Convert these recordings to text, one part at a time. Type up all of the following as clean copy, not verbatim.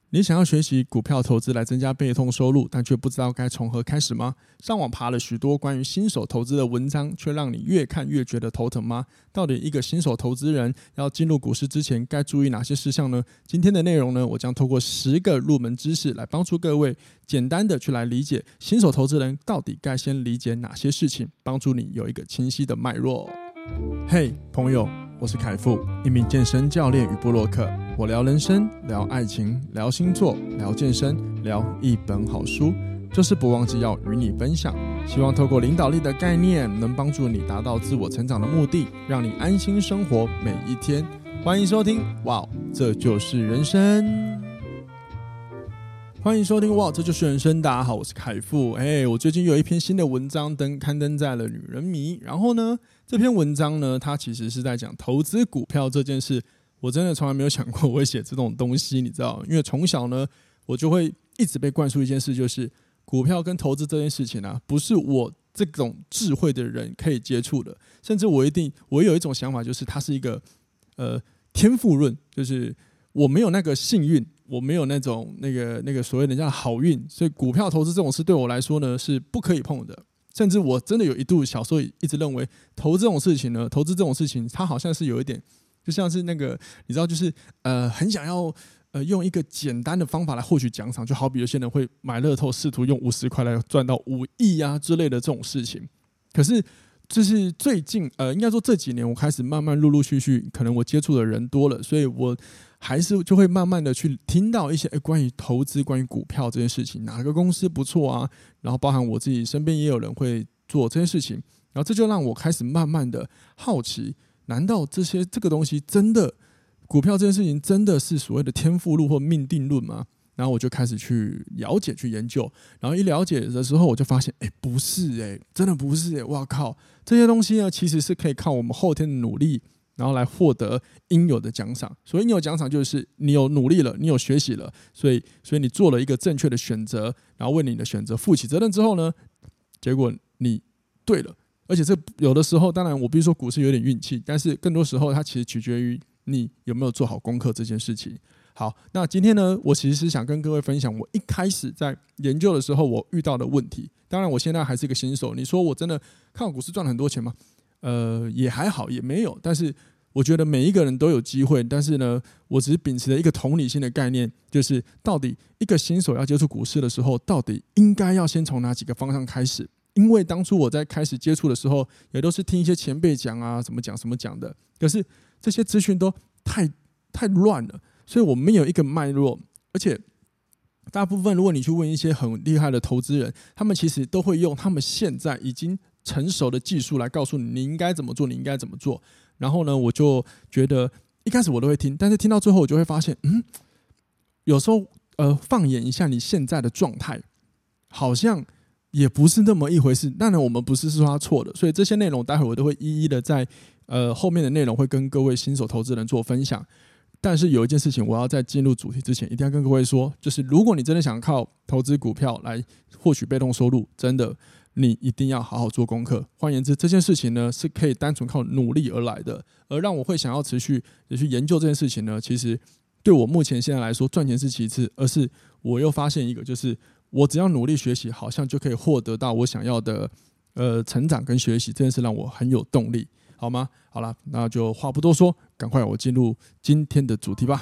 你想要学习股票投资来增加被动收入，但却不知道该从何开始吗？上网爬了许多关于新手投资的文章，却让你越看越觉得头疼吗？到底一个新手投资人要进入股市之前该注意哪些事项呢？今天的内容呢，我将透过10个入门知识来帮助各位简单的去来理解新手投资人到底该先理解哪些事情，帮助你有一个清晰的脉络。嘿，朋友，我是凯富，一名健身教练与部落客。我聊人生，聊爱情，聊星座，聊健身，聊一本好书，就是不忘记要与你分享。希望透过领导力的概念，能帮助你达到自我成长的目的，让你安心生活每一天。欢迎收听，哇，这就是人生。欢迎收听，哇，这就是人生。大家好，我是凯富。我最近有一篇新的文章刊登在了《女人迷》，然后呢，这篇文章呢，它其实是在讲投资股票这件事。我真的从来没有想过我会写这种东西，你知道，因为从小呢，我就会一直被灌输一件事，就是股票跟投资这件事情啊，不是我这种智慧的人可以接触的，甚至我有一种想法，就是它是一个天赋论，就是我没有那个幸运，我没有那种那个所谓人家的好运，所以股票投资这种事对我来说呢是不可以碰的。甚至我真的有一度小时候一直认为投资这种事情，它好像是有一点。就像是那个，你知道，就是很想要用一个简单的方法来获取奖赏，就好比有些人会买乐透，试图用50块来赚到5亿啊之类的这种事情。可是，就是最近应该说这几年，我开始慢慢陆续，可能我接触的人多了，所以我还是就会慢慢的去听到一些关于投资、关于股票这件事情，哪个公司不错啊？然后包含我自己身边也有人会做这件事情，然后这就让我开始慢慢的好奇。难道这个东西真的股票这件事情真的是所谓的天赋论或命定论吗？然后我就开始去了解、去研究，然后一了解的时候，我就发现，不是真的不是哇靠，这些东西呢，其实是可以靠我们后天的努力，然后来获得应有的奖赏。所以应有奖赏就是你有努力了，你有学习了，所以你做了一个正确的选择，然后为你的选择负起责任之后呢，结果你对了。而且这有的时候，当然我必须说股市有点运气，但是更多时候它其实取决于你有没有做好功课这件事情。好，那今天呢，我其实是想跟各位分享我一开始在研究的时候我遇到的问题。当然我现在还是一个新手，你说我真的靠股市赚了很多钱吗？也还好，也没有。但是我觉得每一个人都有机会，但是呢，我只是秉持了一个同理心的概念，就是到底一个新手要接触股市的时候，到底应该要先从哪几个方向开始？因为当初我在开始接触的时候，也都是听一些前辈讲啊，什么讲的，可是这些资讯都太乱了，所以我没有一个脉络。而且大部分如果你去问一些很厉害的投资人，他们其实都会用他们现在已经成熟的技术来告诉你应该怎么做，你应该怎么做。然后呢，我就觉得一开始我都会听，但是听到最后我就会发现，有时候放眼一下你现在的状态，好像也不是那么一回事。当然我们不是说他错的，所以这些内容待会我都会一一的在后面的内容会跟各位新手投资人做分享。但是有一件事情我要在进入主题之前一定要跟各位说，就是如果你真的想靠投资股票来获取被动收入，真的你一定要好好做功课。换言之，这件事情呢是可以单纯靠努力而来的。而让我会想要持续的去研究这件事情呢，其实对我目前现在来说，赚钱是其次，而是我又发现一个，就是我只要努力学习，好像就可以获得到我想要的成长跟学习。这件事让我很有动力，好吗？好了，那就话不多说，赶快我进入今天的主题吧。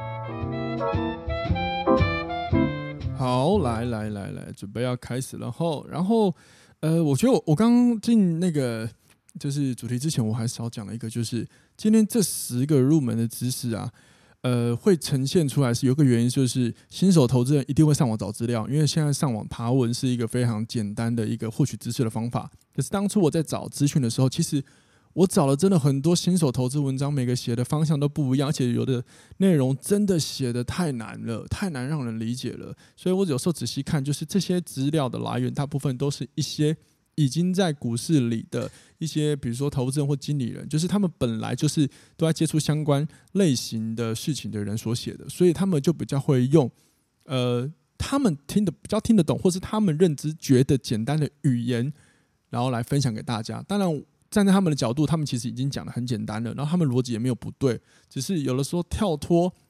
好，来，准备要开始了吼。然后我觉得我刚进那个就是主题之前，我还少讲了一个，就是今天这10个入门的知识啊。会呈现出来是有一个原因，就是新手投资人一定会上网找资料，因为现在上网爬文是一个非常简单的一个获取知识的方法。可是当初我在找资讯的时候，其实我找了真的很多新手投资文章，每个写的方向都不一样，而且有的内容真的写的太难了，太难让人理解了。所以我有时候仔细看，就是这些资料的来源，大部分都是一些已经在股市里的一些，比如说投资人或经理人，就是他们本来就是都在接触相关类型的事情的人所写的，所以他们就比较会用他们比较听得懂，或是他们认知觉得简单的语言，然后来分享给大家。当然站在他们的角度，他们其实已经讲得很简单了，然后他们逻辑也没有不对，只是有的时候跳脱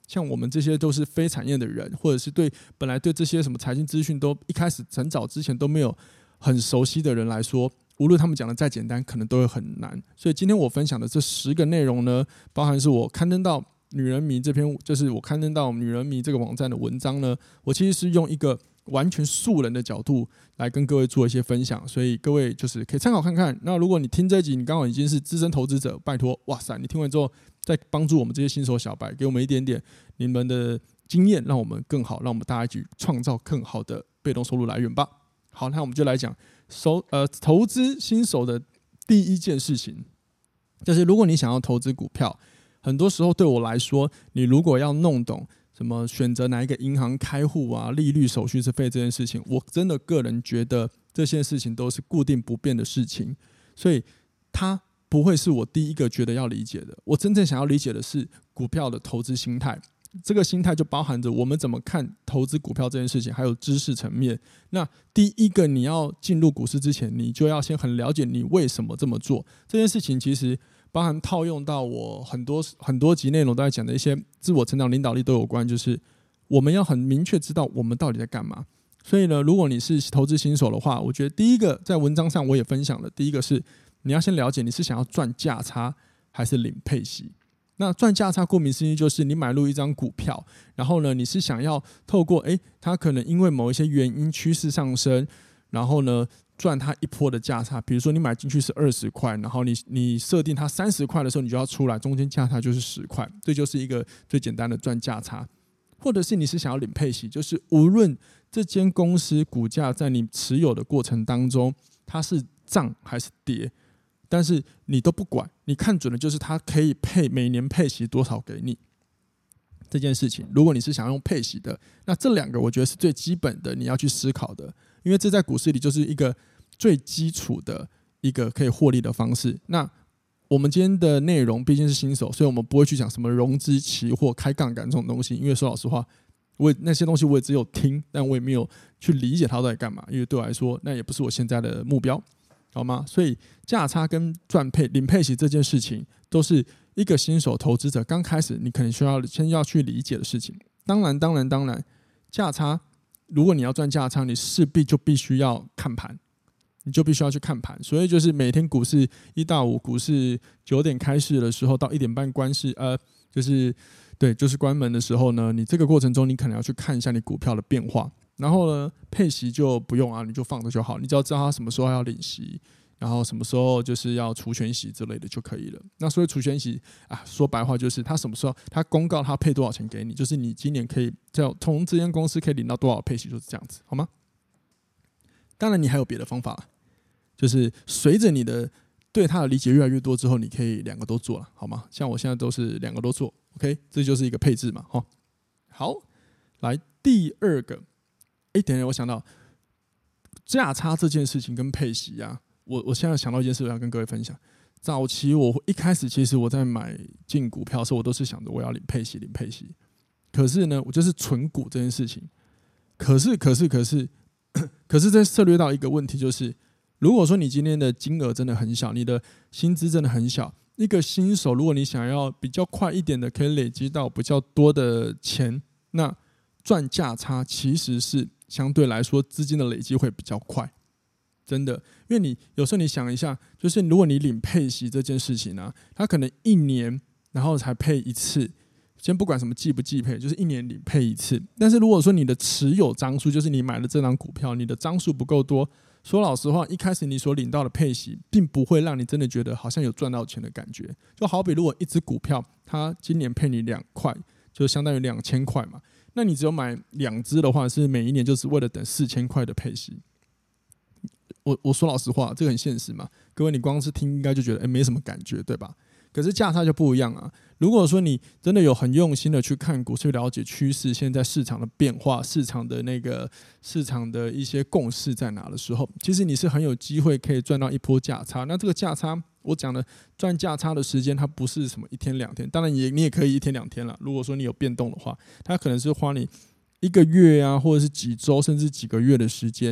像我们这些都是非产业的人，或者是本来对这些什么财经资讯都一开始很早之前都没有很熟悉的人来说，无论他们讲的再简单，可能都会很难。所以今天我分享的这10个内容呢，包含是我刊登到女人迷这篇，就是我刊登到女人迷这个网站的文章呢，我其实是用一个完全素人的角度来跟各位做一些分享，所以各位就是可以参考看看。那如果你听这一集，你刚好已经是资深投资者，拜托，哇塞，你听完之后再帮助我们这些新手小白，给我们一点点你们的经验，让我们更好，让我们大家一起创造更好的被动收入来源吧。好，那我们就来讲投资新手的第一件事情，就是如果你想要投资股票，很多时候对我来说，你如果要弄懂什么选择哪一个银行开户啊、利率、手续费这件事情，我真的个人觉得这些事情都是固定不变的事情，所以它不会是我第一个觉得要理解的。我真正想要理解的是股票的投资心态，这个心态就包含着我们怎么看投资股票这件事情，还有知识层面。那第一个，你要进入股市之前，你就要先很了解你为什么这么做。这件事情其实包含套用到我很多集内容都在讲的一些自我成长、领导力都有关，就是我们要很明确知道我们到底在干嘛。所以呢，如果你是投资新手的话，我觉得第一个在文章上我也分享了，第一个是你要先了解你是想要赚价差还是领配息。那赚价差顾名思义就是你买入一张股票，然后呢你是想要透过它可能因为某一些原因趋势上升，然后呢赚它一波的价差。比如说你买进去是20块，然后你设定它30块的时候你就要出来，中间价差就是10块，这就是一个最简单的赚价差。或者是你是想要领配息，就是无论这间公司股价在你持有的过程当中它是涨还是跌，但是你都不管，你看准了就是它可以每年配息多少给你这件事情。如果你是想要用配息的，那这2个我觉得是最基本的你要去思考的，因为这在股市里就是一个最基础的一个可以获利的方式。那我们今天的内容毕竟是新手，所以我们不会去讲什么融资、期货、开杠杆这种东西，因为说老实话，那些东西我也只有听，但我也没有去理解它到底干嘛，因为对我来说那也不是我现在的目标，好吗？所以价差跟领配息这件事情都是一个新手投资者刚开始你可能先要去理解的事情。当然价差，如果你要赚价差，你势必就必须要看盘，你就必须要去看盘。所以就是每天股市1到5，股市9点开市的时候到1点半关市，就是关门的时候呢，你这个过程中你可能要去看一下你股票的变化。然后呢，配息就不用啊，你就放着就好，你只要知道它什么时候要领息，然后什么时候就是要除权息之类的就可以了。那所以除权息说白话就是他什么时候他公告他配多少钱给你，就是你今年可以从这间公司可以领到多少配息，就是这样子，好吗？当然你还有别的方法，就是随着你的对他的理解越来越多之后，你可以2个都做了，好吗？像我现在都是2个都做 ，OK， 这就是一个配置嘛，好，来第2个，等一下我想到价差这件事情跟配息啊，我现在想到一件事，我要跟各位分享。早期我一开始其实我在买进股票的时候，我都是想着我要领配息。可是呢，我就是存股这件事情。可是这涉猎到一个问题，就是如果说你今天的金额真的很小，你的薪资真的很小，一个新手如果你想要比较快一点的可以累积到比较多的钱，那赚价差其实是相对来说资金的累积会比较快，真的。因为你有时候你想一下，就是如果你领配息这件事情啊，它可能1年然后才配一次，先不管什么季不季配，就是1年领配一次。但是如果说你的持有张数，就是你买了这张股票，你的张数不够多，说老实话，一开始你所领到的配息并不会让你真的觉得好像有赚到钱的感觉。就好比如果一只股票它今年配你2块，就相当于2000块嘛，那你只有买2只的话，是每一年就是为了等4000块的配息。我说老实话，这个很现实嘛，各位你光是听应该就觉得没什么感觉，对吧？可是价差就不一样啊。如果说你真的有很用心的去看股市，了解趋势，现在市场的变化，市场的一些共识在哪的时候，其实你是很有机会可以赚到一波价差。那这个价差，我讲的赚价差的时间，它不是什么1天2天，当然你也可以1天2天啦。如果说你有变动的话，它可能是花你1个月啊，或者是几周甚至几个月的时间。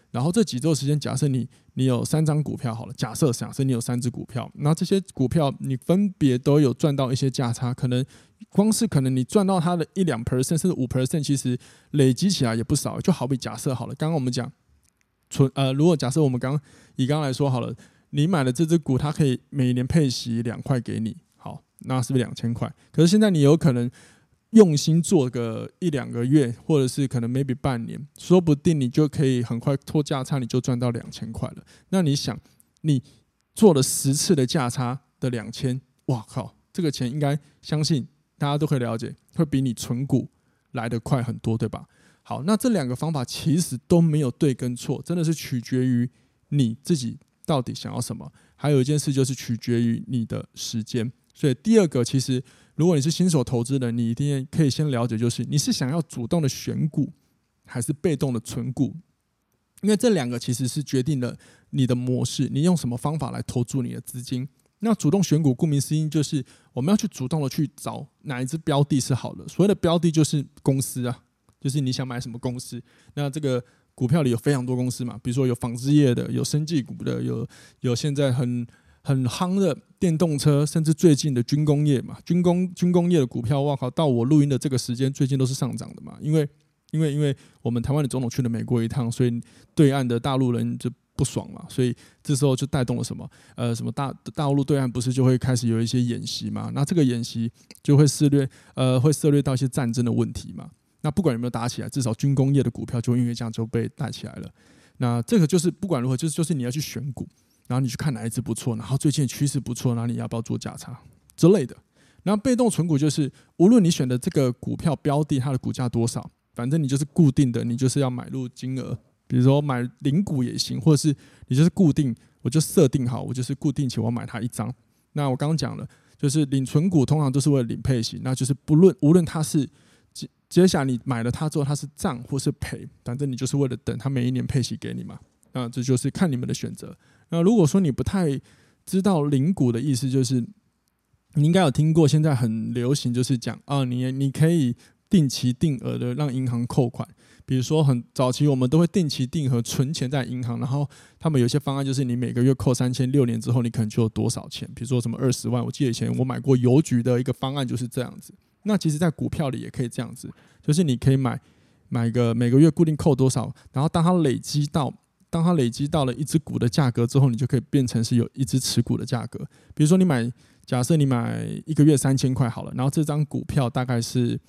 然后这几周时间，假设你有3张股票好了，假设你有3只股票，然后这些股票你分别都有赚到一些价差，可能光是可能你赚到它的1-2%甚至5%，其实累积起来也不少。就好比假设好了，刚刚我们讲如果假设我们以刚刚来说好了，你买的这只股它可以每年配息2块给你，好，那是不是2000块？可是现在你有可能用心做个1-2个月，或者是可能 maybe 半年，说不定你就可以很快拖价差，你就赚到2000块了。那你想，你做了10次的价差的2000，哇靠，这个钱应该相信大家都可以了解，会比你存股来得快很多，对吧？好，那这2个方法其实都没有对跟错，真的是取决于你自己到底想要什么。还有一件事就是取决于你的时间。所以第二个，其实如果你是新手投资人，你一定可以先了解，就是你是想要主动的选股，还是被动的存股？因为这2个其实是决定了你的模式，你用什么方法来投注你的资金。那主动选股，顾名思义，就是我们要去主动的去找哪一只标的是好的。所谓的标的就是公司啊，就是你想买什么公司。那这个股票里有非常多公司嘛，比如说有纺织业的，有生技股的，有现在很夯的电动车，甚至最近的军工业嘛，军工业的股票，哇靠，到我录音的这个时间，最近都是上涨的嘛，因为我们台湾的总统去了美国一趟，所以对岸的大陆人就不爽嘛，所以这时候就带动了什么大陆对岸不是就会开始有一些演习嘛，那这个演习就会涉猎到一些战争的问题嘛，那不管有没有打起来，至少军工业的股票就因为这样就被带起来了。那这个就是不管如何，就是你要去选股。然后你去看哪一只不错，然后最近的趋势不错，然后你要不要做价差之类的。然后被动存股就是无论你选的这个股票标的它的股价多少，反正你就是固定的，你就是要买入金额，比如说买零股也行，或者是你就是固定，我就设定好，我就是固定期我买它1张。那我刚刚讲了，就是领存股通常都是为了领配息，那就是无论它是接下来你买了它之后它是涨或是赔，反正你就是为了等它每一年配息给你嘛。那这就是看你们的选择。那如果说你不太知道零股的意思，就是你应该有听过，现在很流行，就是讲你可以定期定额的让银行扣款，比如说很早期我们都会定期定额存钱在银行，然后他们有些方案就是你每个月扣3000，6年之后你可能就有多少钱，比如说什么20万，我记得以前我买过邮局的一个方案就是这样子。那其实在股票里也可以这样子，就是你可以买个每个月固定扣多少，然后当它累积到了一只股的价格之后，你就可以变成是有一只持股的价格。比如说假设你买1个月3000块好了，然后这张股票大概是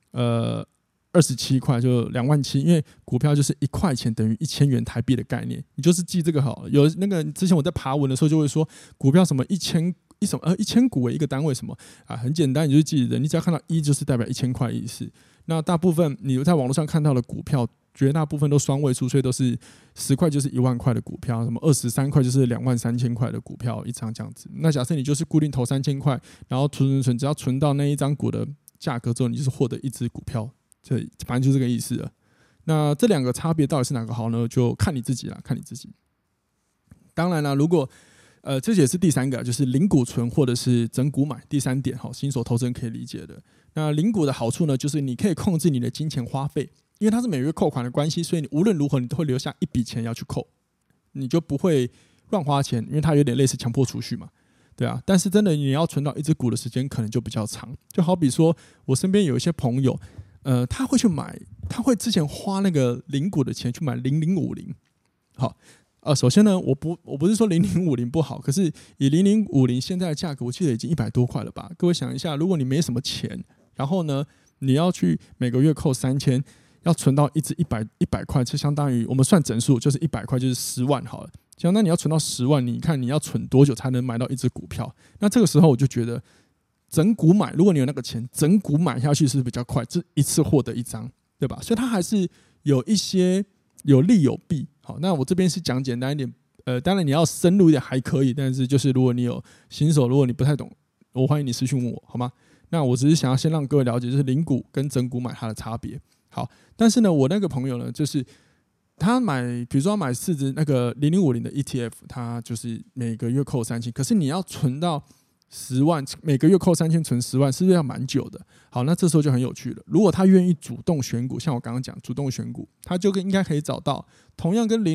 27块，就27000，因为股票就是1块钱等于1000元台币的概念，你就是记这个好了。有那个之前我在爬文的时候就会说，股票什么1000股一个单位什么啊，很简单，你就记着，你只要看到1就是代表1000块的意思。那大部分你在网络上看到的股票，绝大部分都双位数，所以都是10块就是1万块的股票，什么23块就是23000块的股票一张这样子。那假设你就是固定投3000块，然后存，只要存到那一张股的价格之后，你就是获得一只股票，这反正就是这个意思了。那这2个差别到底是哪个好呢？就看你自己啦，看你自己。当然啦，如果这也是第3个，就是零股存或者是整股买。第3点，新手投资人可以理解的。那零股的好处呢，就是你可以控制你的金钱花费，因为它是每月扣款的关系，所以你无论如何你都会留下一笔钱要去扣，你就不会乱花钱，因为它有点类似强迫储蓄嘛，对啊。但是真的你要存到一只股的时间可能就比较长，就好比说我身边有一些朋友，他会之前花那个零股的钱去买0050，好。首先呢，我不是说0050不好，可是以0050现在的价格，我记得已经100多块了吧？各位想一下，如果你没什么钱，然后呢，你要去每个月扣3000，要存到一只100块，就相当于我们算整数，就是100块就是10万好了。相当于你要存到10万，你看你要存多久才能买到一只股票？那这个时候我就觉得整股买，如果你有那个钱，整股买下去是比较快，这一次获得一张，对吧？所以它还是有一些有利有弊。好，那我这边是讲简单一点，当然你要深入一点还可以，但是就是如果你有新手，如果你不太懂，我欢迎你私讯问我，好吗？那我只是想要先让各位了解，就是零股跟整股买它的差别。好，但是呢，我那个朋友呢，就是他比如说买4只那个0050的 ETF，他就是每个月扣3000，可是你要存到 10万，每个月扣3000存10万，是不是要蛮久的？好，那这时候就很有趣了。如果他愿意主动选股，像我刚刚讲主动选股，他就应该可以找到同样跟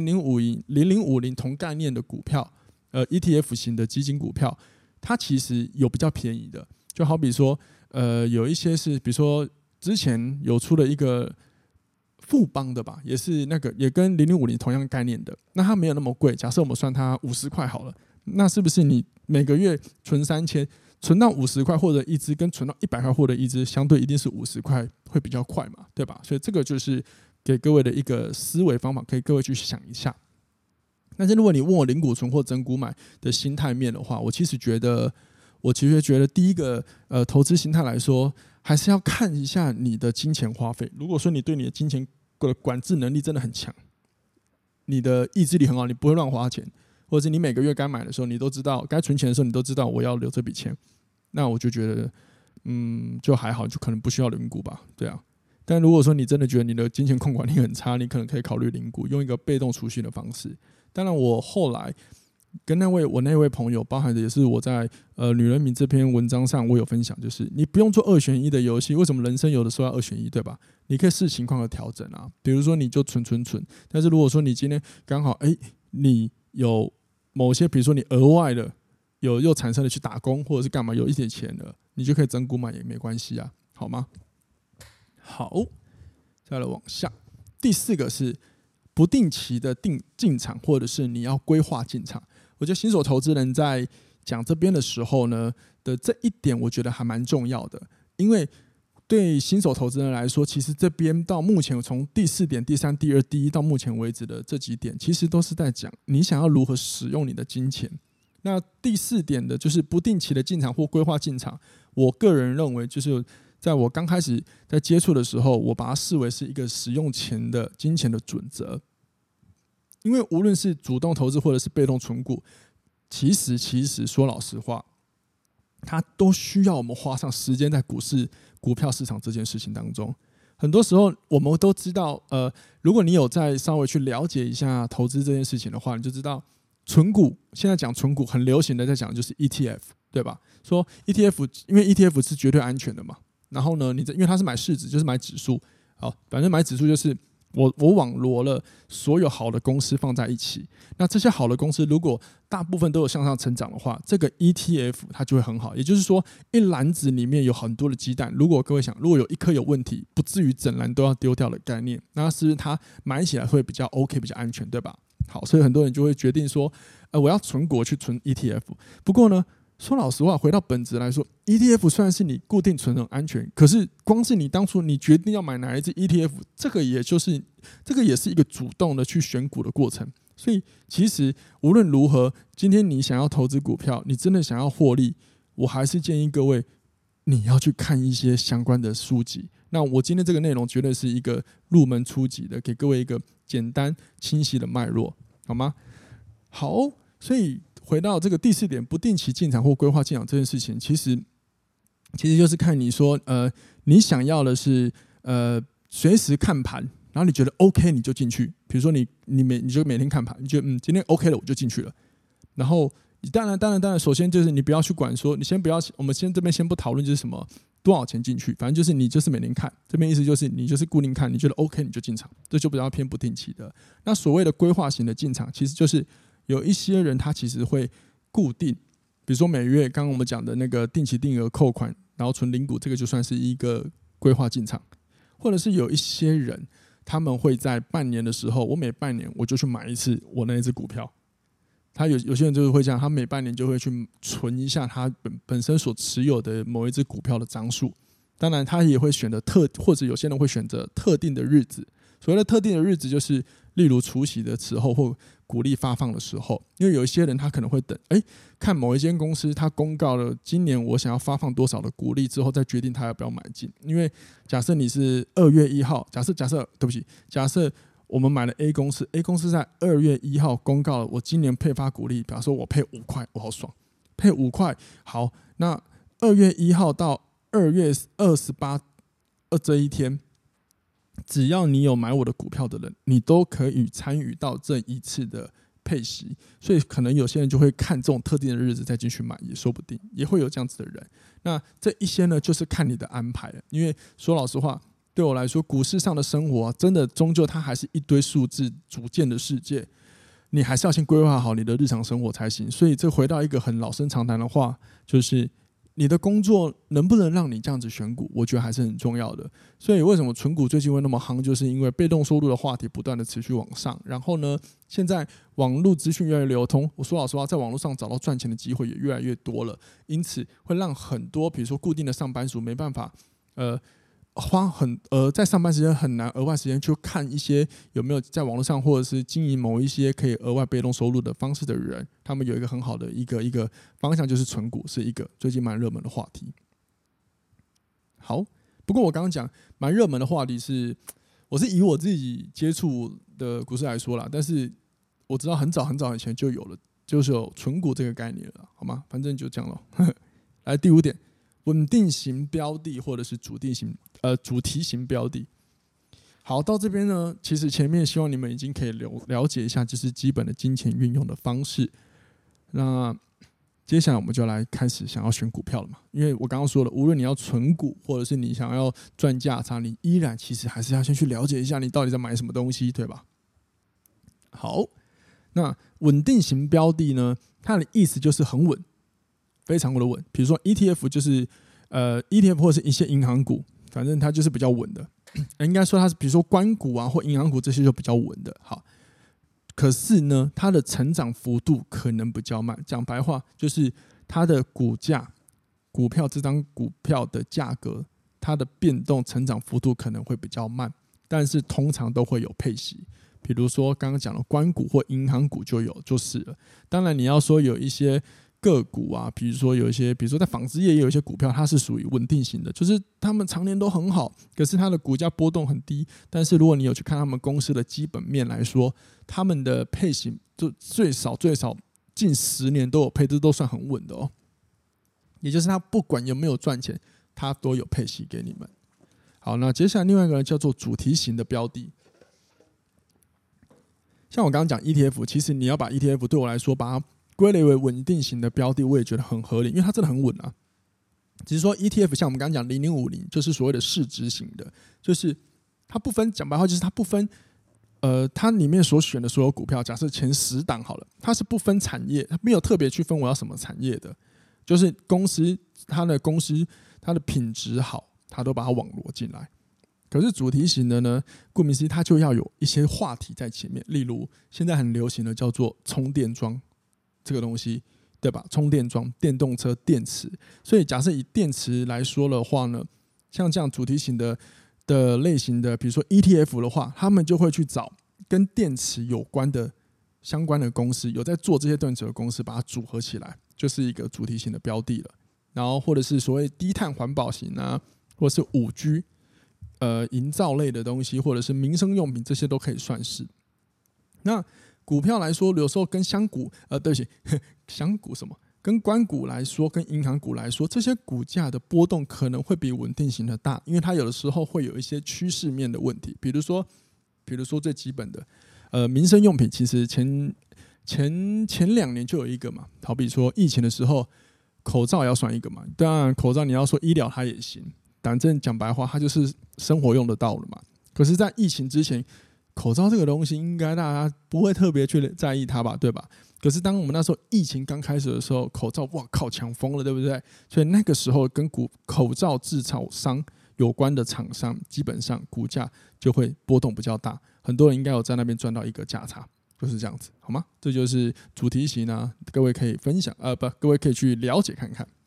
0050同概念的股票，ETF 型的基金股票，它其实有比较便宜的。就好比说，有一些是，比如说之前有出了一个富邦的吧，也是那个也跟0050同样概念的，那它没有那么贵。假设我们算它50块好了，那是不是你每个月存3000，存到50块获得一支，跟存到100块获得一支，相对一定是50块会比较快嘛，对吧？所以这个就是给各位的一个思维方法，可以各位去想一下。但是如果你问我零股存或整股买的心态面的话，我其实觉得第一个投资心态来说，还是要看一下你的金钱花费。如果说你对你的金钱的管制能力真的很强，你的意志力很好，你不会乱花钱，或者是你每个月该买的时候你都知道，该存钱的时候你都知道我要留这笔钱，那我就觉得就还好，就可能不需要零股吧，对啊。但如果说你真的觉得你的金钱控管力很差，你可能可以考虑零股，用一个被动储蓄的方式。当然我后来跟我那位朋友，包含的也是我在女人迷这篇文章上我有分享，就是你不用做2选1的游戏。为什么人生有的时候要2选1，对吧？你可以视情况的调整啊。比如说你就存，但是如果说你今天刚好你有某些，比如说你额外的又产生了去打工或者是干嘛有一点钱了，你就可以整股买也没关系啊，好吗？好，再来往下。第4个是不定期的进场，或者是你要规划进场。我觉得新手投资人在讲这边的时候呢的这一点，我觉得还蛮重要的。因为对新手投资人来说，其实这边到目前从第4点、第3、第2、第1到目前为止的这几点，其实都是在讲你想要如何使用你的金钱。那第4点的就是不定期的进场或规划进场，我个人认为就是在我刚开始在接触的时候，我把它视为是一个使用金钱的准则。因为无论是主动投资或者是被动存股，其实说老实话，它都需要我们花上时间在股票市场这件事情当中。很多时候我们都知道，如果你有再稍微去了解一下投资这件事情的话，你就知道存股，现在讲存股很流行的在讲就是 ETF， 对吧？说 ETF， 因为 ETF 是绝对安全的嘛。然后呢，因为它是买市值，就是买指数，好，反正买指数就是我网罗了所有好的公司放在一起。那这些好的公司如果大部分都有向上成长的话，这个 ETF 它就会很好。也就是说，一篮子里面有很多的鸡蛋，如果各位想，如果有一颗有问题，不至于整篮都要丢掉的概念，那是不是它买起来会比较 OK， 比较安全，对吧？好，所以很多人就会决定说，我要存股去存 ETF。不过呢，说老实话，回到本质来说 ，ETF 虽然是你固定存很安全，可是光是你当初你决定要买哪一只 ETF， 这个也是一个主动的去选股的过程。所以其实无论如何，今天你想要投资股票，你真的想要获利，我还是建议各位你要去看一些相关的书籍。那我今天这个内容绝对是一个入门初级的，给各位一个简单清晰的脉络，好吗？好，所以回到这个第4点，不定期进场或规划进场这件事情，其实就是看你说，你想要的是随时看盘，然后你觉得 OK 你就进去。比如说你就每天看盘，你觉得今天 OK 了我就进去了。然后你当然，首先就是你不要去管说，你先不要，我们这边先不讨论就是什么多少钱进去，反正就是你就是每天看。这边意思就是你就是固定看，你觉得 OK 你就进场，这就比较偏不定期的。那所谓的规划型的进场，其实就是有一些人他其实会固定，比如说每月刚刚我们讲的那个定期定额扣款，然后存零股，这个就算是一个规划进场。或者是有一些人他们会在半年的时候，我每半年我就去买一次我那一只股票。他有些人就是会这样，他每半年就会去存一下他本身所持有的某一只股票的张数。当然他也会选择或者有些人会选择特定的日子。所谓的特定的日子就是例如除息的时候或股利发放的时候，因为有一些人他可能会等看某一间公司他公告了今年我想要发放多少的股利之后再决定他要不要买进。因为假设你是2月1号，假设我们买了 A 公司在2月1号公告了我今年配发股利，比方说我配5块，我好爽，配5块。好，那2月1号到2月28这一天，只要你有买我的股票的人，你都可以参与到这一次的配息，所以可能有些人就会看这种特定的日子再进去买，也说不定，也会有这样子的人。那这一些呢，就是看你的安排了。因为说老实话，对我来说，股市上的生活真的终究它还是一堆数字组建的世界，你还是要先规划好你的日常生活才行。所以这回到一个很老生常谈的话，就是你的工作能不能让你这样子选股，我觉得还是很重要的。所以为什么存股最近会那么夯，就是因为被动收入的话题不断的持续往上，然后呢，现在网络资讯越来越流通，我说老实话，在网络上找到赚钱的机会也越来越多了，因此会让很多比如说固定的上班族没办法在上班时间很难额外时间去看一些有没有在网络上或者是经营某一些可以额外被动收入的方式的人，他们有一个很好的一个方向，就是存股是一个最近蛮热门的话题。好，不过我刚刚讲蛮热门的话题我是以我自己接触的股市来说啦，但是我知道很早很早以前就有了，就是有存股这个概念了，好吗？反正就这样咯。来第5点。稳定型标的或者是主题型标的。好，到这边呢，其实前面希望你们已经可以了解一下，就是基本的金钱运用的方式。那接下来我们就来开始想要选股票了嘛，因为我刚刚说了，无论你要存股或者是你想要赚价差，你依然其实还是要先去了解一下你到底在买什么东西，对吧？好，那稳定型标的呢，它的意思就是很稳。非常的稳，比如说 ETF 就是ETF 或者是一些银行股，反正它就是比较稳的。应该说它是比如说官股啊或银行股这些就比较稳的。好，可是呢，它的成长幅度可能比较慢。讲白话就是它的股票这张股票的价格，它的变动成长幅度可能会比较慢，但是通常都会有配息。比如说刚刚讲的官股或银行股就是了。当然你要说有一些个股啊，比如说在纺织业也有一些股票，它是属于稳定型的，就是他们常年都很好，可是它的股价波动很低。但是如果你有去看他们公司的基本面来说，他们的配息就最少近10年都有配，这都算很稳的哦。也就是它不管有没有赚钱，它都有配息给你们。好，那接下来另外一个叫做主题型的标的。像我刚刚讲 ETF， 其实你要把 ETF 对我来说把它归类为稳定型的标的，我也觉得很合理，因为它真的很稳啊。只是说 ETF 像我们刚刚讲0050，就是所谓的市值型的，就是它不分，讲白话就是它不分，它里面所选的所有股票，假设前10档好了，它是不分产业，它没有特别去分我要什么产业的，就是它的品质好，它都把它网罗进来。可是主题型的呢，顾名思义，它就要有一些话题在前面，例如现在很流行的叫做充电桩。这个东西对吧？充电桩、电动车、电池，所以假设以电池来说的话呢，像这样主题型的类型的，比如说 ETF 的话，他们就会去找跟电池有关的相关的公司，有在做这些电池的公司，把它组合起来，就是一个主题型的标的了。然后或者是所谓低碳环保型啊，或者是5G 营造类的东西，或者是民生用品，这些都可以算是。那股票来说，有时候跟跟官股来说，跟银行股来说，这些股价的波动可能会比稳定型的大，因为它有的时候会有一些趋势面的问题，比如说最基本的民生用品，其实前2年就有一个嘛，好比说疫情的时候，口罩也要算一个嘛。当然口罩你要说医疗它也行，反正讲白话，它就是生活用得到了嘛。可是，在疫情之前，口罩这个东西应该大家不会特别去在意它吧，对吧？可是当我们那时候疫情刚开始的时候，口罩哇靠抢疯了，对不对？所以那个时候跟口罩制造商有关的厂商，基本上股价就会波动比较大，很多人应该有在那边赚到一个价差，就是这样子，好吗？这就是主题型啊，各位可以分享，各位可以去了解看看。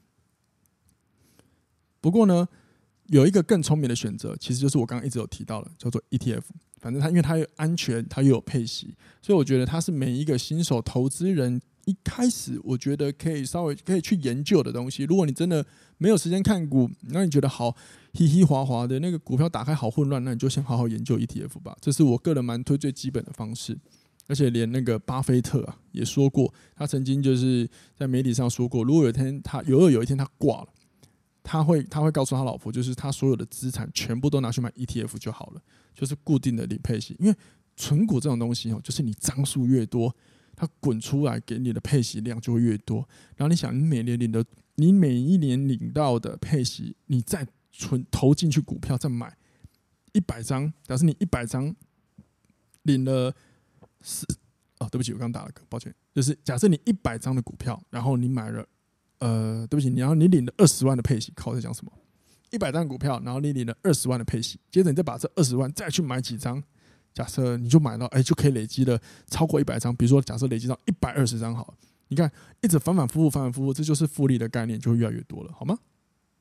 不过呢，有一个更聪明的选择，其实就是我刚刚一直有提到的，叫做 ETF。反正因为它又安全，它又有配息，所以我觉得它是每一个新手投资人一开始我觉得稍微可以去研究的东西。如果你真的没有时间看股，那你觉得好稀稀滑滑的那个股票打开好混乱，那你就先好好研究 ETF 吧。这是我个人蛮推最基本的方式。而且连那个巴菲特啊也说过，他曾经就是在媒体上说过，如果有一天他挂了。他会告诉他老婆，就是他所有的资产全部都拿去买 ETF 就好了，就是固定的领配息。因为存股这种东西就是你张数越多， 它滚出来给你的配息量就会越多。然后你想，你每一年领到的配息，你再投进去股票再买100张，假设你100张领了对不起，我刚打了个，抱歉，就是假设你100张的股票，然后你买了对不起，然后你领了20万的配息，靠，在讲什么？100张股票，然后你领了20万的配息，接着你再把这20万再去买几张，假设你就买到，就可以累积了超过100张，比如说假设累积到120张好了，你看一直反反复复，这就是复利的概念，就会越来越多了，好吗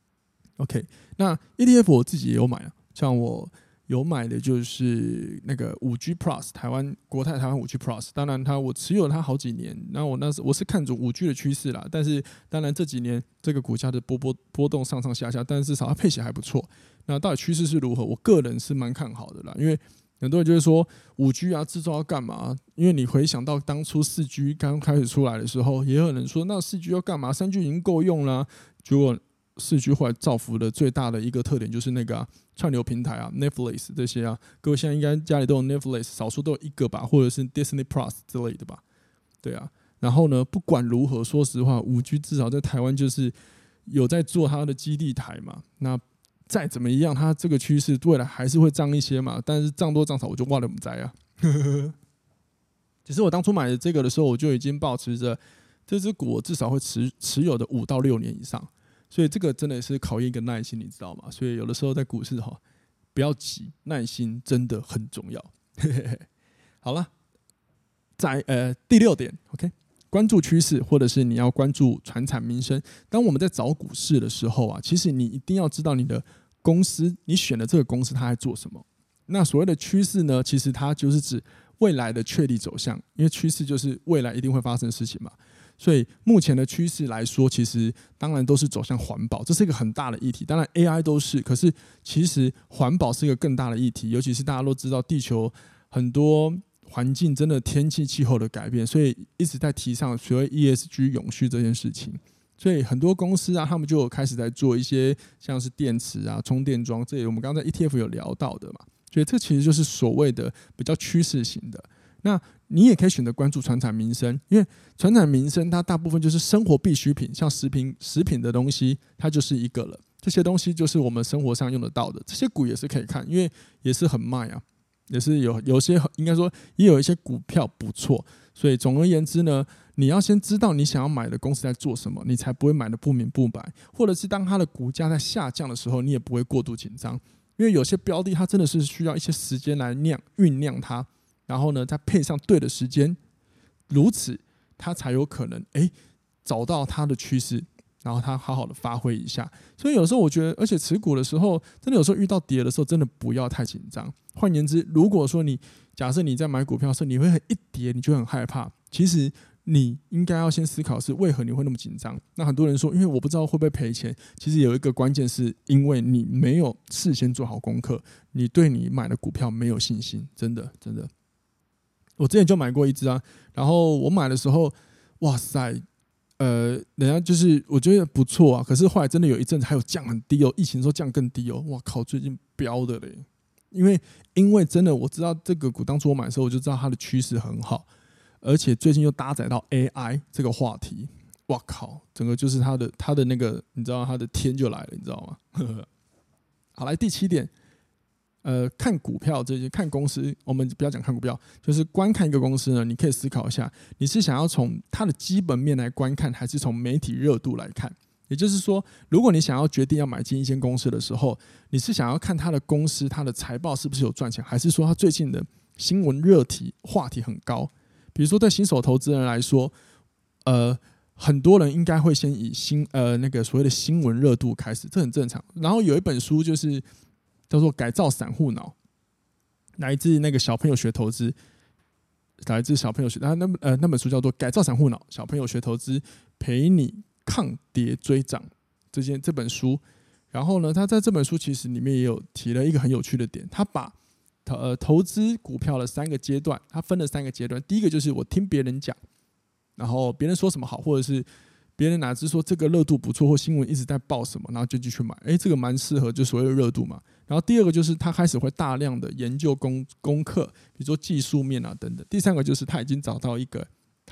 ？OK， 那 ETF 我自己也有买啊，像我有买的就是那个5G Plus， 国泰台湾5G Plus， 当然我持有它好几年，那我是看准5G 的趋势啦，但是当然这几年这个股价的波动上上下下，但是至少它配息还不错。那到底趋势是如何？我个人是蛮看好的啦，因为很多人就会说5G 啊制造要干嘛？因为你回想到当初4G 刚开始出来的时候，也有人说那4G 要干嘛？3G 已经够用啦，结果4G 后来造福的最大的一个特点就是那个串流平台啊 ，Netflix 这些啊，各位现在应该家里都有 Netflix， 少数都有一个吧，或者是 Disney Plus 之类的吧，对啊。然后呢，不管如何，说实话，5G 至少在台湾就是有在做它的基地台嘛。那再怎么样，它这个趋势未来还是会涨一些嘛，但是涨多涨少我就忘了不在啊。只是我当初买的这个的时候，我就已经抱持着这只股我至少会持有的5到6年以上。所以这个真的是考验一个耐心，你知道吗？所以有的时候在股市不要急，耐心真的很重要。好了，在第6点 ，OK， 关注趋势，或者是你要关注传产民生。当我们在找股市的时候啊，其实你一定要知道你的公司，你选的这个公司它在做什么。那所谓的趋势呢，其实它就是指未来的确立走向，因为趋势就是未来一定会发生的事情嘛。所以目前的趋势来说，其实当然都是走向环保，这是一个很大的议题。当然 AI 都是，可是其实环保是一个更大的议题，尤其是大家都知道地球很多环境真的天气气候的改变，所以一直在提倡所谓 ESG 永续这件事情。所以很多公司啊，他们就有开始在做一些像是电池啊、充电桩，这也我们刚刚在 ETF 有聊到的嘛。所以这其实就是所谓的比较趋势型的。那你也可以选择关注传产民生，因为传产民生它大部分就是生活必需品，像食品的东西，它就是一个了。这些东西就是我们生活上用得到的，这些股也是可以看，因为也是很卖啊，也是有些应该说也有一些股票不错。所以总而言之呢，你要先知道你想要买的公司在做什么，你才不会买的不明不白，或者是当它的股价在下降的时候，你也不会过度紧张，因为有些标的它真的是需要一些时间来酝酿它。然后呢，再配上对的时间，如此它才有可能找到它的趋势，然后它好好的发挥一下。所以有时候我觉得，而且持股的时候，真的有时候遇到跌的时候，真的不要太紧张。换言之，如果说假设你在买股票的时候，你会一跌你就很害怕，其实你应该要先思考是为何你会那么紧张。那很多人说，因为我不知道会不会赔钱，其实有一个关键是因为你没有事先做好功课，你对你买的股票没有信心，真的。我之前就买过一只啊，然后我买的时候，哇塞，人家就是我觉得不错啊，可是后来真的有一阵子还有降很低哦，疫情的时候降更低哦，哇靠，最近飙的嘞，因为真的我知道这个股当初我买的时候我就知道它的趋势很好，而且最近又搭载到 AI 这个话题，哇靠，整个就是它的那个你知道它的天就来了，你知道吗？好，来第7点。看股票这些，看公司，我们不要讲看股票，就是观看一个公司呢，你可以思考一下，你是想要从它的基本面来观看，还是从媒体热度来看？也就是说，如果你想要决定要买进一间公司的时候，你是想要看它的公司、它的财报是不是有赚钱，还是说它最近的新闻热题话题很高？比如说，对新手投资人来说，很多人应该会先以那个所谓的新闻热度开始，这很正常。然后有一本书就是叫做《改造散户脑》，来自那个小朋友学投资，来自小朋友学，那本书叫做《改造散户脑》，小朋友学投资，陪你抗跌追涨这本书。然后呢，他在这本书其实里面也有提了一个很有趣的点，他把投资股票的3个阶段，他分了3个阶段。第一个就是我听别人讲，然后别人说什么好，或者是别人哪知说这个热度不错，或新闻一直在报什么，然后就继续买，这个蛮适合就所谓的热度嘛。然后第二个就是他开始会大量的研究功课，比如说技术面啊等等。第3个就是他已经找到一个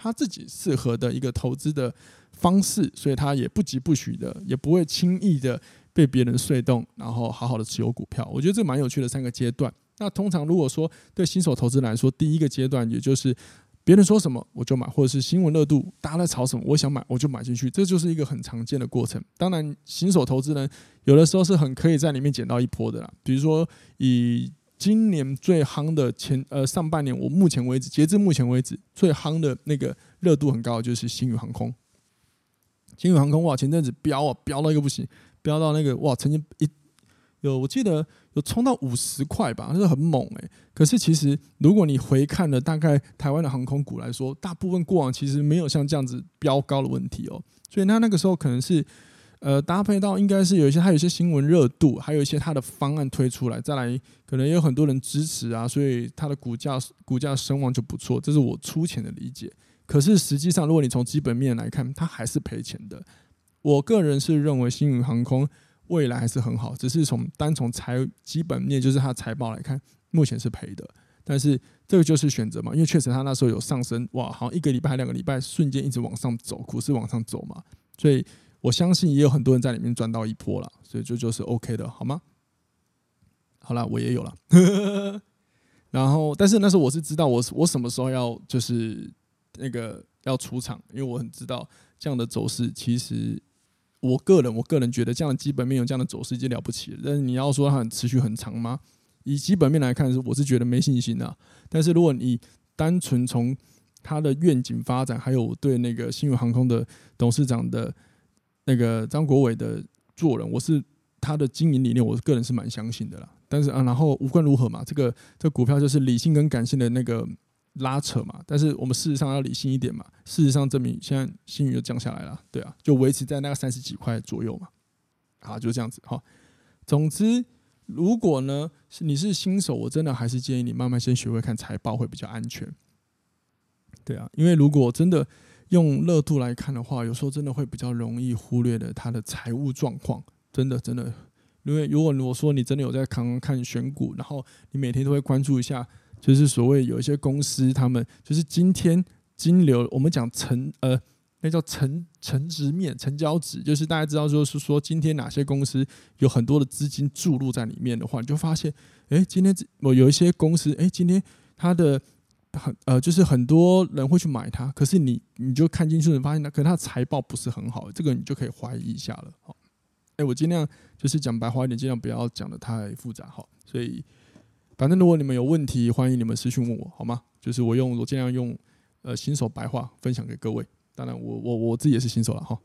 他自己适合的一个投资的方式，所以他也不疾不徐的，也不会轻易的被别人说动，然后好好的持有股票。我觉得这蛮有趣的3个阶段。那通常如果说对新手投资来说，第一个阶段也就是别人说什么我就买，或者是新闻热度大家在炒什么，我想买我就买进去，这就是一个很常见的过程。当然，新手投资人有的时候是很可以在里面捡到一波的啦。比如说以今年最夯的上半年，我目前为止截至目前为止最夯的那个热度很高的就是星宇航空。星宇航空哇，前阵子飙到一个不行，飙到那个哇，曾经我记得有冲到50块吧，那是很猛可是其实如果你回看了大概台湾的航空股来说，大部分过往其实没有像这样子飙高的问题所以那个时候可能是搭配到应该是它有一些新闻热度，还有一些它的方案推出来，再来可能也有很多人支持啊，所以它的股价声望就不错，这是我粗浅的理解。可是实际上，如果你从基本面来看，它还是赔钱的。我个人是认为星宇航空未来还是很好，只是单从基本面，就是它财报来看，目前是赔的。但是这个就是选择嘛，因为确实它那时候有上升，哇，好像1个礼拜还2个礼拜，瞬间一直往上走，股市往上走嘛，所以我相信也有很多人在里面赚到一波啦，所以这就是 OK 的，好吗？好啦，我也有啦。然后，但是那时候我是知道我什么时候要就是那个要出场，因为我很知道这样的走势，其实我个人觉得这样的基本面有这样的走势已经了不起了。但是你要说它很持续很长吗？以基本面来看，我是觉得没信心啊。但是如果你单纯从它的愿景发展，还有我对那个星宇航空的董事长的那个张国伟的做人，我是他的经营理念，我个人是蛮相信的啦。但是然后无论如何嘛，这股票就是理性跟感性的那个拉扯嘛。但是我们事实上要理性一点嘛。事实上证明，现在星宇就降下来了，对啊，就维持在那个30几块左右嘛。好，就这样子哈。总之，如果呢你是新手，我真的还是建议你慢慢先学会看财报会比较安全。对啊，因为如果真的用热度来看的话，有时候真的会比较容易忽略了它的财务状况，真的。因为如果我说你真的有在看选股，然后你每天都会关注一下，就是所谓有一些公司，他们就是今天金流，我们讲那叫成值面、成交值，就是大家知道说今天哪些公司有很多的资金注入在里面的话，你就发现，今天我有一些公司，今天它的就是很多人会去买它，可是你就看进去，你发现可能它的财报不是很好，这个你就可以怀疑一下了。我尽量就是讲白话一点，尽量不要讲得太复杂，所以反正如果你们有问题，欢迎你们私讯问我，好吗？就是我尽量用新手白话分享给各位。当然我自己也是新手了哈。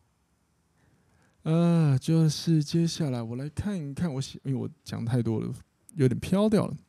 就是接下来我来看一看因为我讲太多了，有点飘掉了。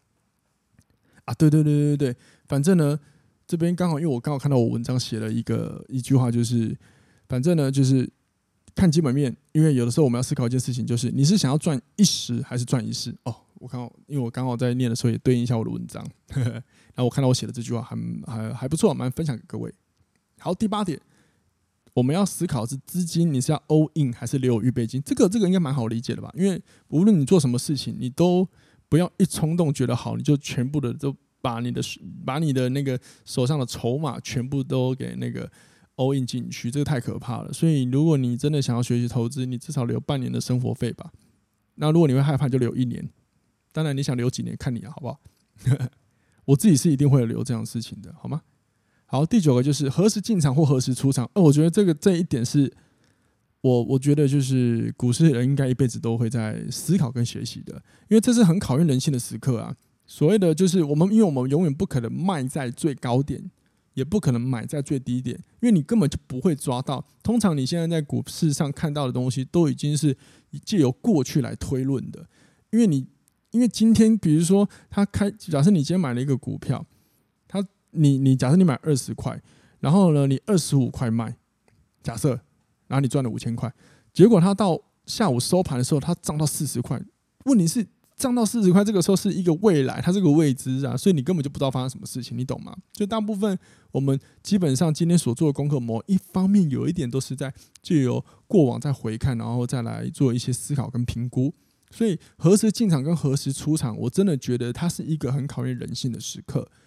对，反正呢，这边因为我刚好看到我文章写了一句话，就是反正呢就是看基本面，因为有的时候我们要思考一件事情，就是你是想要赚一时还是赚一世哦。因为我刚好在念的时候也对应一下我的文章，然后我看到我写的这句话还不错，蛮分享给各位。好，第8点，我们要思考是资金你是要 all in 还是留有预备金，这个应该蛮好理解的吧？因为无论你做什么事情，你都不要一冲动觉得好，你就全部的都把你的那个手上的筹码全部都给那个 all in 进去，这个太可怕了。所以如果你真的想要学习投资，你至少留半年的生活费吧。那如果你会害怕，就留1年。当然你想留几年看你啊，好不好？我自己是一定会留这样的事情的，好吗？好，第9个就是何时进场或何时出场。我觉得这一点是我觉得就是股市人应该一辈子都会在思考跟学习的，因为这是很考验人性的时刻啊。所谓的就是因为我们永远不可能卖在最高点，也不可能买在最低点，因为你根本就不会抓到。通常你现在在股市上看到的东西，都已经是借由过去来推论的，因为今天比如说假设你今天买了一个股票，你假设你买20块，然后呢你25块卖，假设，然后你赚了5000块，结果它到下午收盘的时候，它涨到40块。问题是涨到40块，这个时候是一个未来，它是个未知啊，所以你根本就不知道发生什么事情，你懂吗？所以大部分我们基本上今天所做的功课，某一方面有一点都是在借由过往再回看，然后再来做一些思考跟评估。所以何时进场跟何时出场，我真的觉得它是一个很考验人性的时刻。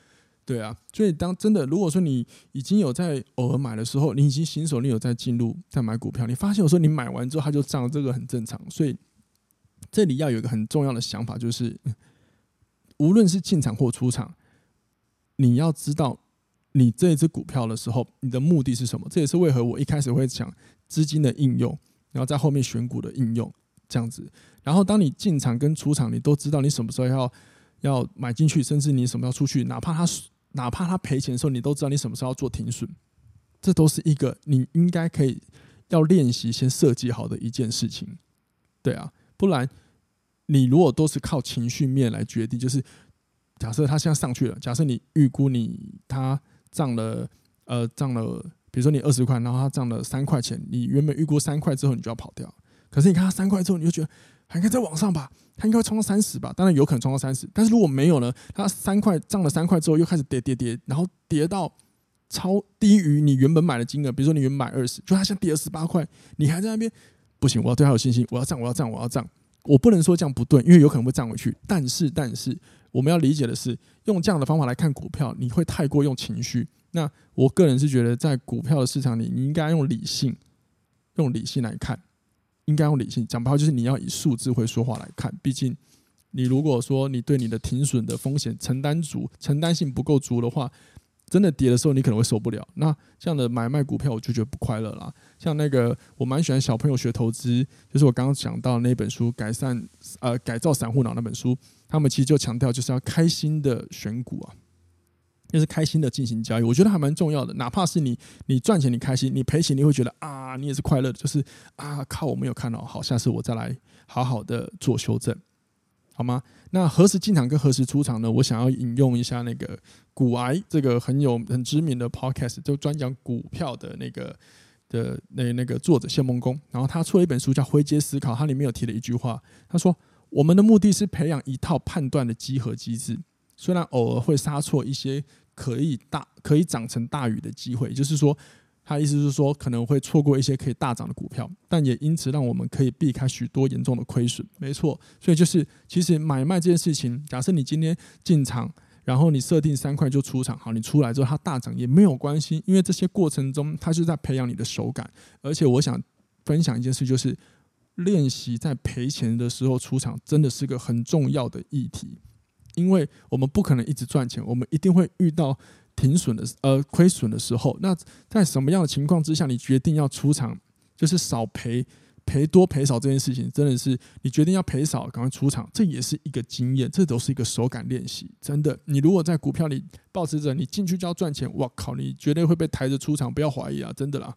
对啊，所以当真的如果说你已经有在偶尔买的时候，你已经新手，你有在进入在买股票，你发现有时候你买完之后它就涨，这个很正常。所以这里要有一个很重要的想法，就是无论是进场或出场，你要知道你这一只股票的时候，你的目的是什么。这也是为何我一开始会讲资金的应用，然后在后面选股的应用这样子。然后当你进场跟出场，你都知道你什么时候要买进去，甚至你什么时候出去，哪怕他赔钱的时候，你都知道你什么时候要做停损。这都是一个你应该可以要练习先设计好的一件事情。对啊，不然你如果都是靠情绪面来决定，就是假设它现在上去了，假设你预估它涨了比如说你20块，然后它涨了3块钱，你原本预估3块之后你就要跑掉，可是你看它3块之后，你就觉得还应该再往上吧，它应该会冲到30吧，当然有可能冲到30，但是如果没有呢，它涨了3块之后又开始跌，然后跌到超低于你原本买的金额，比如说你原本买20，就它现在跌了18块，你还在那边不行，我要对它有信心，我要涨，我不能说这样不对，因为有可能会涨回去，但是我们要理解的是，用这样的方法来看股票，你会太过用情绪。那我个人是觉得，在股票的市场里，你应该用理性来看，应该用理性讲白话，就是你要以数字会说话来看。毕竟，你如果说你对你的停损的风险承担性不够足的话，真的跌的时候你可能会受不了。那这样的买卖股票，我就觉得不快乐啦。像那个我蛮喜欢小朋友学投资，就是我刚刚讲到的那本书改造散户脑那本书，他们其实就强调就是要开心的选股啊。就是开心的进行交易，我觉得还蛮重要的。哪怕是你赚钱你开心，你赔钱你会觉得啊，你也是快乐的。就是啊，靠，我没有看到，好，下次我再来好好的做修正，好吗？那何时进场跟何时出场呢？我想要引用一下那个股癌这个很知名的 podcast， 就专讲股票的那个作者谢孟恭，然后他出了一本书叫《灰阶思考》，他里面有提了一句话，他说：“我们的目的是培养一套判断的稽核机制，虽然偶尔会杀错一些。”可以涨成大雨的机会，也就是说，他的意思是说可能会错过一些可以大涨的股票，但也因此让我们可以避开许多严重的亏损。没错，所以就是其实买卖这件事情，假设你今天进场，然后你设定3块就出场，好，你出来之后它大涨也没有关系，因为这些过程中它是在培养你的手感。而且我想分享一件事，就是练习在赔钱的时候出场，真的是个很重要的议题。因为我们不可能一直赚钱，我们一定会遇到亏损的时候。那在什么样的情况之下，你决定要出场，就是少赔多赔少这件事情，真的是你决定要赔少，赶快出场，这也是一个经验，这都是一个手感练习。真的，你如果在股票里抱持着你进去就要赚钱，哇靠，你绝对会被抬着出场，不要怀疑啊，真的啦。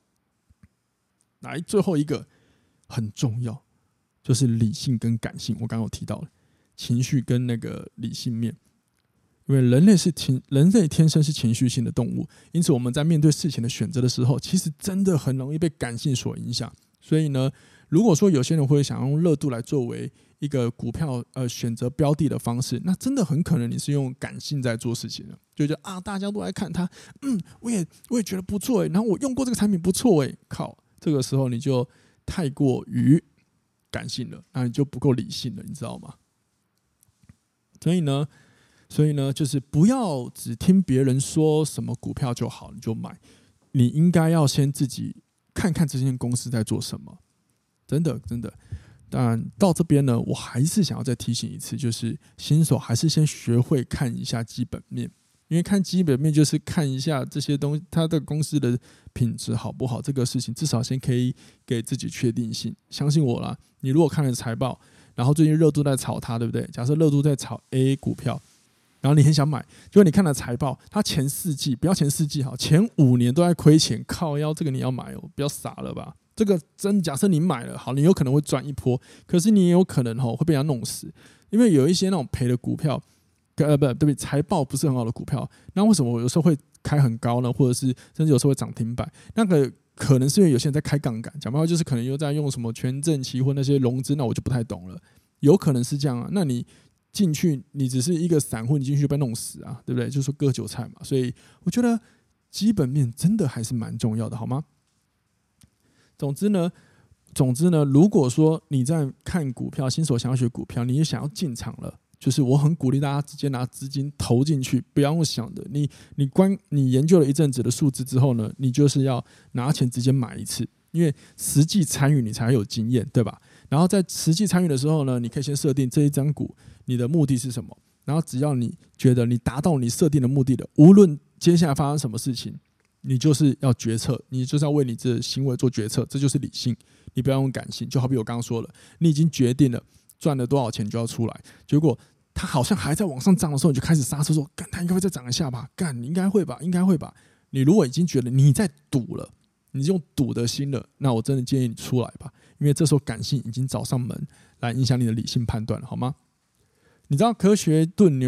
来，最后一个很重要，就是理性跟感性，我刚刚有提到了。情绪跟那个理性面，因为人类天生是情绪性的动物，因此我们在面对事情的选择的时候，其实真的很容易被感性所影响。所以呢，如果说有些人会想用热度来作为一个股票选择标的的方式，那真的很可能你是用感性在做事情的，就觉得啊，大家都来看它，我也觉得不错然后我用过这个产品不错靠，这个时候你就太过于感性了，那你就不够理性了，你知道吗？所以呢，就是不要只听别人说什么股票就好，你就买。你应该要先自己看看这间公司在做什么，真的。但到这边呢，我还是想要再提醒一次，就是新手还是先学会看一下基本面，因为看基本面就是看一下这些东西，它的公司的品质好不好，这个事情至少先可以给自己确定性。相信我啦，你如果看了财报。然后最近热度在炒它，对不对？假设热度在炒 A 股票，然后你很想买，结果你看了财报，它前4季，不要前4季好，前5年都在亏钱，靠腰，这个你要买哦，不要傻了吧？这个假设你买了，好，你有可能会赚一波，可是你也有可能会被人家弄死，因为有一些那种赔的股票，对不对？财报不是很好的股票，那为什么我有时候会开很高呢？或者是甚至有时候会涨停板？那个可能是因为有些人在开杠杆，讲白话就是可能又在用什么权证期货那些融资，那我就不太懂了。有可能是这样啊，那你进去，你只是一个散户，你进去就被弄死啊，对不对？就是说割韭菜嘛。所以我觉得基本面真的还是蛮重要的，好吗？总之呢，如果说你在看股票，新手想要学股票，你也想要进场了， 就是我很鼓励大家直接拿资金投进去，不要用想的。你研究了一阵子的数字之后呢，你就是要拿钱直接买一次，因为实际参与你才有经验，对吧？然后在实际参与的时候呢，你可以先设定这一张股你的目的是什么，然后只要你觉得你达到你设定的目的了，无论接下来发生什么事情，你就是要决策，你就是要为你这行为做决策，这就是理性，你不要用感性。就好比我刚刚说了，你已经决定了赚了多少钱就要出来，结果它好像还在往上涨的时候，你就开始刹车说，干，它应该会再涨一下吧，干，应该会吧，应该会吧。你如果已经觉得你在赌了，你用赌的心了，那我真的建议你出来吧，因为这时候感性已经找上门来影响你的理性判断了，好吗？你知道科学家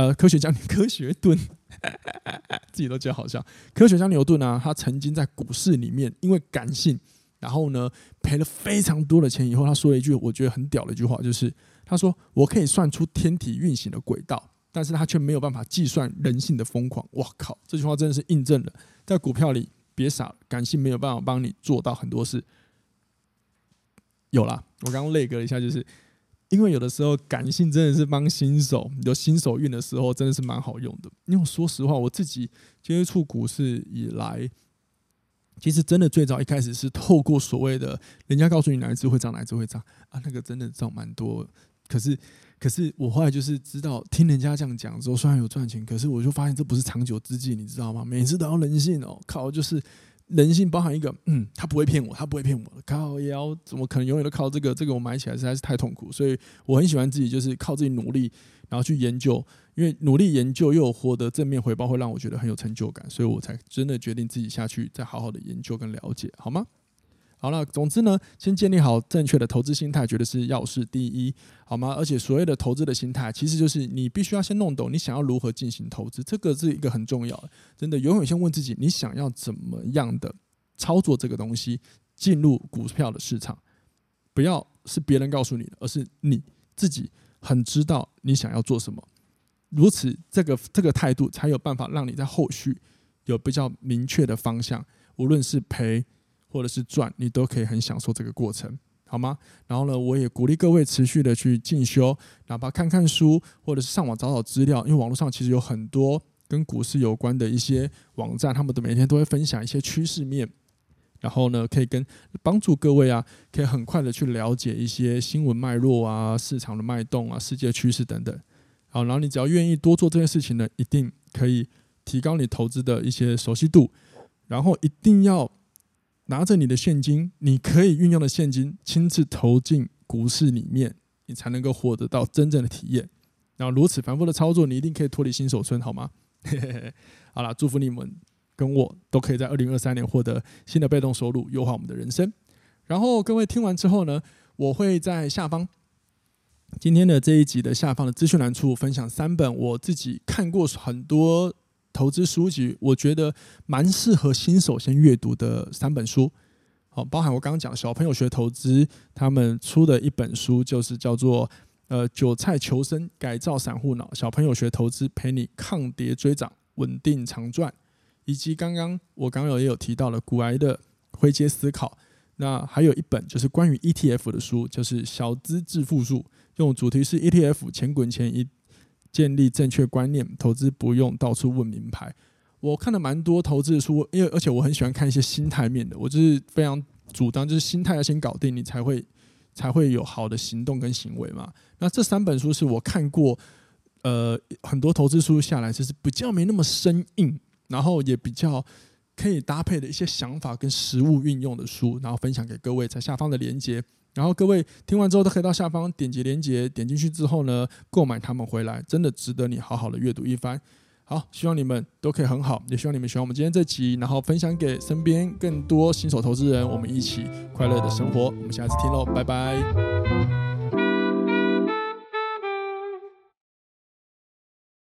自己都觉得好笑。科学家牛顿啊，他曾经在股市里面因为感性，然后呢赔了非常多的钱以后，他说了一句我觉得很屌的一句话，就是他说我可以算出天体运行的轨道，但是他却没有办法计算人性的疯狂。哇靠，这句话真的是印证了在股票里别傻了，感性没有办法帮你做到很多事。有啦，我刚刚累格了一下，就是因为有的时候感性真的是帮新手有新手运的时候真的是蛮好用的。因为说实话，我自己接触股市以来，其实真的最早一开始是透过所谓的人家告诉你哪一只会涨哪一只会涨啊，那个真的涨蛮多。可是我后来就是知道听人家这样讲之后，虽然有赚钱，可是我就发现这不是长久之计，你知道吗？每次都要人性哦，靠，就是人性包含一个，他不会骗我，他不会骗我，靠腰怎么可能永远都靠这个我买起来实在是太痛苦，所以我很喜欢自己就是靠自己努力，然后去研究，因为努力研究又有获得正面回报，会让我觉得很有成就感，所以我才真的决定自己下去再好好的研究跟了解，好吗？好了，总之呢，先建立好正确的投资心态，绝对是要事第一，好吗？而且所谓的投资的心态，其实就是你必须要先弄懂你想要如何进行投资，这个是一个很重要的。真的，永远先问自己，你想要怎么样的操作这个东西，进入股票的市场，不要是别人告诉你的，而是你自己很知道你想要做什么。如此，这个态度才有办法让你在后续有比较明确的方向，无论是赔或者是赚，你都可以很享受这个过程，好吗？然后呢，我也鼓励各位持续的去进修，哪怕看看书，或者是上网找找资料，因为网络上其实有很多跟股市有关的一些网站，他们每天都会分享一些趋势面，然后呢，可以帮助各位啊，可以很快的去了解一些新闻脉络啊、市场的脉动啊、世界趋势等等。好，然后你只要愿意多做这件事情呢，一定可以提高你投资的一些熟悉度，然后一定要拿着你的现金，你可以运用的现金亲自投进股市里面，你才能够获得到真正的体验。然后如此反复的操作，你一定可以脱离新手村，好吗？好啦，祝福你们跟我都可以在2023年获得新的被动收入，优化我们的人生。然后各位听完之后呢，我会在下方今天的这一集的下方的资讯栏处分享3本我自己看过很多投资书籍，我觉得蛮适合新手先阅读的3本书。好，包含我刚刚讲小朋友学投资，他们出的一本书就是叫做韭菜求生，改造散户脑，小朋友学投资，陪你抗跌追涨，稳定长赚。以及我刚刚也有提到了股癌的灰阶思考。那还有一本就是关于 ETF 的书，就是小资致富术，用主题是 ETF 钱滚钱，建立正确观念，投资不用到处问名牌。我看了蛮多投资的书，而且我很喜欢看一些心态面的，我就是非常主张就是心态要先搞定，你才会有好的行动跟行为嘛。那这3本书是我看过很多投资书下来，就是比较没那么生硬，然后也比较可以搭配的一些想法跟实务运用的书，然后分享给各位，在下方的连结。然后各位听完之后都可以到下方点击连结，点进去之后呢，购买它们回来，真的值得你好好的阅读一番。好，希望你们都可以很好，也希望你们喜欢我们今天这集，然后分享给身边更多新手投资人，我们一起快乐的生活。我们下次听喽，拜拜。